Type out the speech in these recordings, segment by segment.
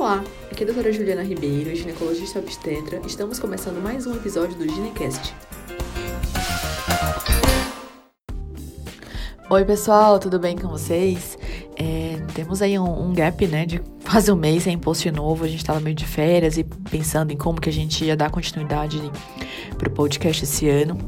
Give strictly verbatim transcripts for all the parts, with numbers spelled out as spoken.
Olá, aqui é a doutora Juliana Ribeiro, ginecologista obstetra. Estamos começando mais um episódio do Ginecast. Oi pessoal, tudo bem com vocês? É, temos aí um, um gap, né, de quase um mês sem post novo. A gente estava meio de férias e pensando em como que a gente ia dar continuidade para o podcast esse ano.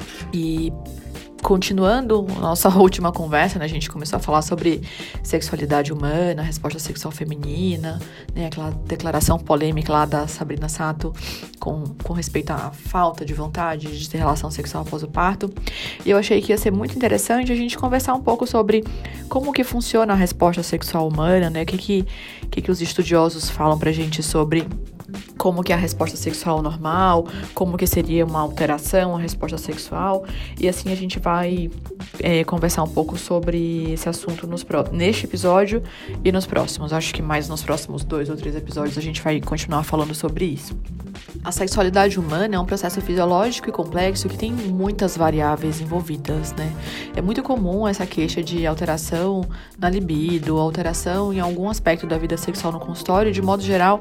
E continuando a nossa última conversa, né, a gente começou a falar sobre sexualidade humana, resposta sexual feminina, né, aquela declaração polêmica lá da Sabrina Sato com, com respeito à falta de vontade de ter relação sexual após o parto. E eu achei que ia ser muito interessante a gente conversar um pouco sobre como que funciona a resposta sexual humana, né, o que, que, que, que os estudiosos falam pra gente sobre como que é a resposta sexual normal, como que seria uma alteração, a resposta sexual, e assim a gente vai é, conversar um pouco sobre esse assunto nos pro... neste episódio e nos próximos. Acho que mais nos próximos dois ou três episódios a gente vai continuar falando sobre isso. A sexualidade humana é um processo fisiológico e complexo que tem muitas variáveis envolvidas, né? É muito comum essa queixa de alteração na libido, alteração em algum aspecto da vida sexual no consultório. De modo geral,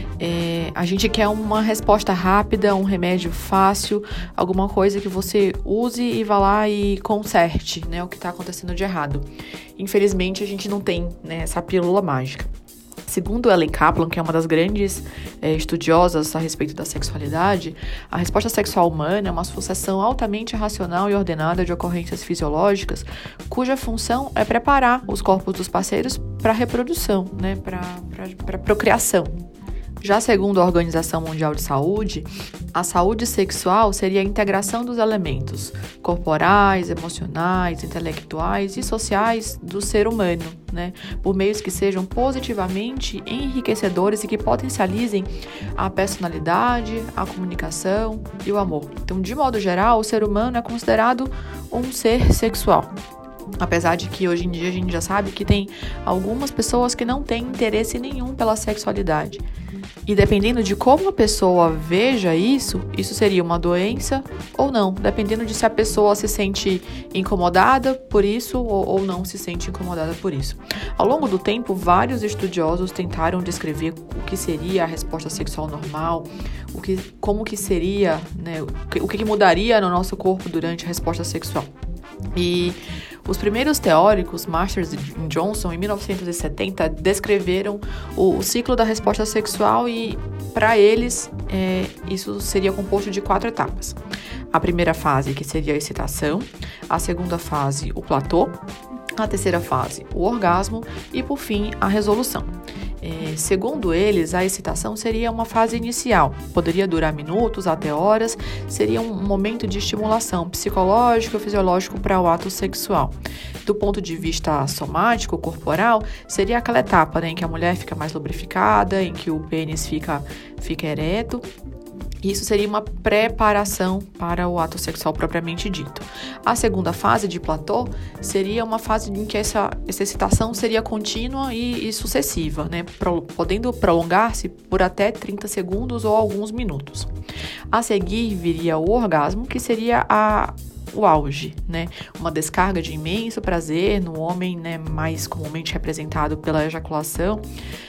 é, a gente quer uma resposta rápida, um remédio fácil, alguma coisa que você use e vá lá e conserte, né, o que está acontecendo de errado. Infelizmente, a gente não tem, né, essa pílula mágica. Segundo Ellen Kaplan, que é uma das grandes é, estudiosas a respeito da sexualidade, a resposta sexual humana é uma sucessão altamente racional e ordenada de ocorrências fisiológicas, cuja função é preparar os corpos dos parceiros para a reprodução, né, para a procriação. Já segundo a Organização Mundial de Saúde, a saúde sexual seria a integração dos elementos corporais, emocionais, intelectuais e sociais do ser humano, né, por meios que sejam positivamente enriquecedores e que potencializem a personalidade, a comunicação e o amor. Então, de modo geral, o ser humano é considerado um ser sexual. Apesar de que hoje em dia a gente já sabe que tem algumas pessoas que não têm interesse nenhum pela sexualidade. E dependendo de como a pessoa veja isso, isso seria uma doença ou não, dependendo de se a pessoa se sente incomodada por isso ou, ou não se sente incomodada por isso. Ao longo do tempo, vários estudiosos tentaram descrever o que seria a resposta sexual normal, o que, como que seria, né, o que, o que mudaria no nosso corpo durante a resposta sexual. E os primeiros teóricos, Masters e Johnson, em mil novecentos e setenta, descreveram o, o ciclo da resposta sexual e, para eles, é, isso seria composto de quatro etapas. A primeira fase, que seria a excitação, a segunda fase, o platô, a terceira fase, o orgasmo e, por fim, a resolução. É, segundo eles, a excitação seria uma fase inicial, poderia durar minutos até horas, seria um momento de estimulação psicológica ou fisiológico para o ato sexual. Do ponto de vista somático, corporal, seria aquela etapa, né, em que a mulher fica mais lubrificada, em que o pênis fica, fica ereto. Isso seria uma preparação para o ato sexual propriamente dito. A segunda fase de platô seria uma fase em que essa, essa excitação seria contínua e, e sucessiva, né, pro, podendo prolongar-se por até trinta segundos ou alguns minutos. A seguir viria o orgasmo, que seria a o auge, né? Uma descarga de imenso prazer no homem, né, mais comumente representado pela ejaculação.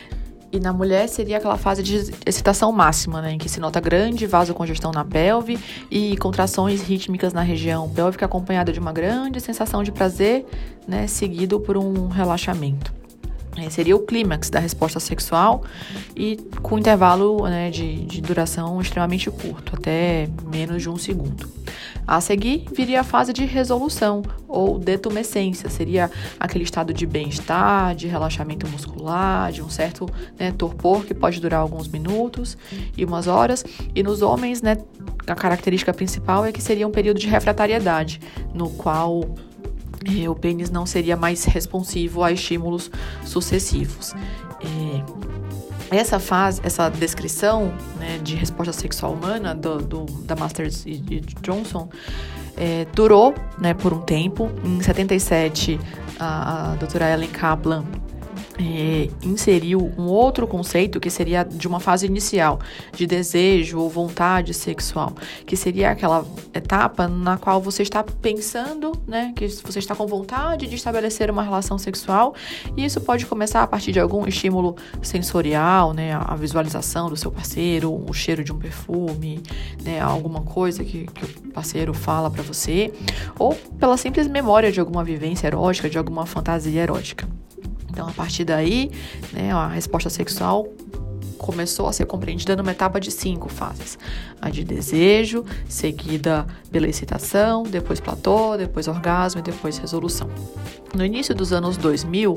E na mulher seria aquela fase de excitação máxima, né, em que se nota grande vasocongestão na pelve e contrações rítmicas na região pélvica, acompanhada de uma grande sensação de prazer, né, seguido por um relaxamento. É, seria o clímax da resposta sexual e com intervalo, né, de, de duração extremamente curto, até menos de um segundo. A seguir, viria a fase de resolução ou detumescência, seria aquele estado de bem-estar, de relaxamento muscular, de um certo, né, torpor que pode durar alguns minutos e umas horas. E nos homens, né, a característica principal é que seria um período de refratariedade, no qual o pênis não seria mais responsivo a estímulos sucessivos. É, essa fase, essa descrição, né, de resposta sexual humana do, do, da Masters e, e Johnson é, durou, né, por um tempo. Em setenta e sete, a, a doutora Ellen Kaplan É, inseriu um outro conceito que seria de uma fase inicial, de desejo ou vontade sexual, que seria aquela etapa na qual você está pensando, né, que você está com vontade de estabelecer uma relação sexual, e isso pode começar a partir de algum estímulo sensorial, né, a visualização do seu parceiro, o cheiro de um perfume, né, alguma coisa que, que o parceiro fala para você, ou pela simples memória de alguma vivência erótica, de alguma fantasia erótica. Então, a partir daí, né, a resposta sexual começou a ser compreendida numa etapa de cinco fases. A de desejo, seguida pela excitação, depois platô, depois orgasmo e depois resolução. No início dos anos dois mil,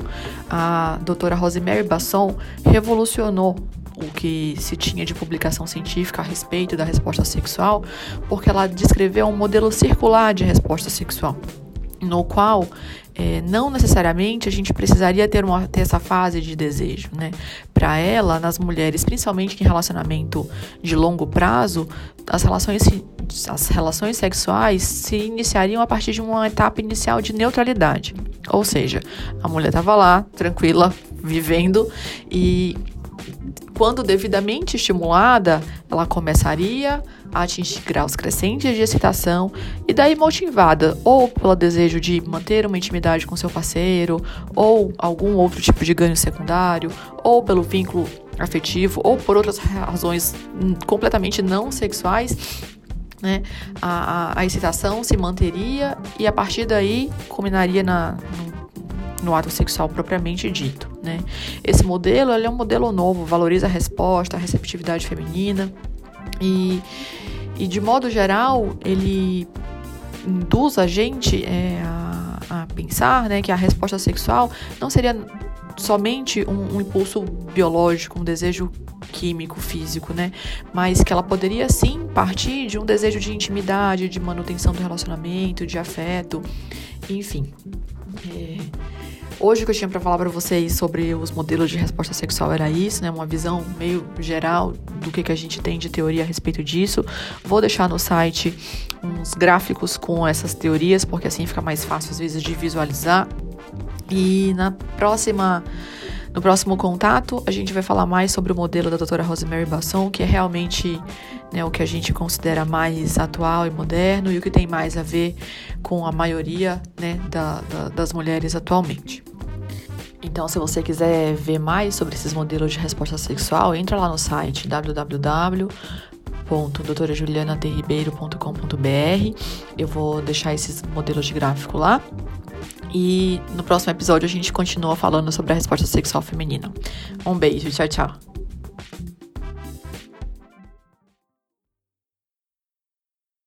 a doutora Rosemary Basson revolucionou o que se tinha de publicação científica a respeito da resposta sexual, porque ela descreveu um modelo circular de resposta sexual, no qual é, não necessariamente a gente precisaria ter, uma, ter essa fase de desejo, né? Para ela, nas mulheres, principalmente em relacionamento de longo prazo, as relações, as relações sexuais se iniciariam a partir de uma etapa inicial de neutralidade. Ou seja, a mulher estava lá, tranquila, vivendo, e quando devidamente estimulada, ela começaria a atingir graus crescentes de excitação e daí motivada ou pelo desejo de manter uma intimidade com seu parceiro, ou algum outro tipo de ganho secundário, ou pelo vínculo afetivo, ou por outras razões completamente não sexuais, né? A, a, a excitação se manteria e a partir daí culminaria na, no, no ato sexual propriamente dito, né? Esse modelo ele é um modelo novo, valoriza a resposta, a receptividade feminina e, e de modo geral, ele induz a gente é, a, a pensar, né, que a resposta sexual não seria somente um, um impulso biológico, um desejo químico, físico, né? Mas que ela poderia sim partir de um desejo de intimidade, de manutenção do relacionamento, de afeto, enfim. É... Hoje o que eu tinha para falar para vocês sobre os modelos de resposta sexual era isso, né? Uma visão meio geral do que, que a gente tem de teoria a respeito disso. Vou deixar no site uns gráficos com essas teorias, porque assim fica mais fácil às vezes de visualizar. E na próxima, no próximo contato, a gente vai falar mais sobre o modelo da doutora Rosemary Basson, que é realmente, né, o que a gente considera mais atual e moderno e o que tem mais a ver com a maioria, né, da, da, das mulheres atualmente. Então, se você quiser ver mais sobre esses modelos de resposta sexual, entra lá no site w w w ponto doutora juliana d ribeiro ponto com ponto b r. Eu vou deixar esses modelos de gráfico lá. E no próximo episódio a gente continua falando sobre a resposta sexual feminina. Um beijo, tchau, tchau.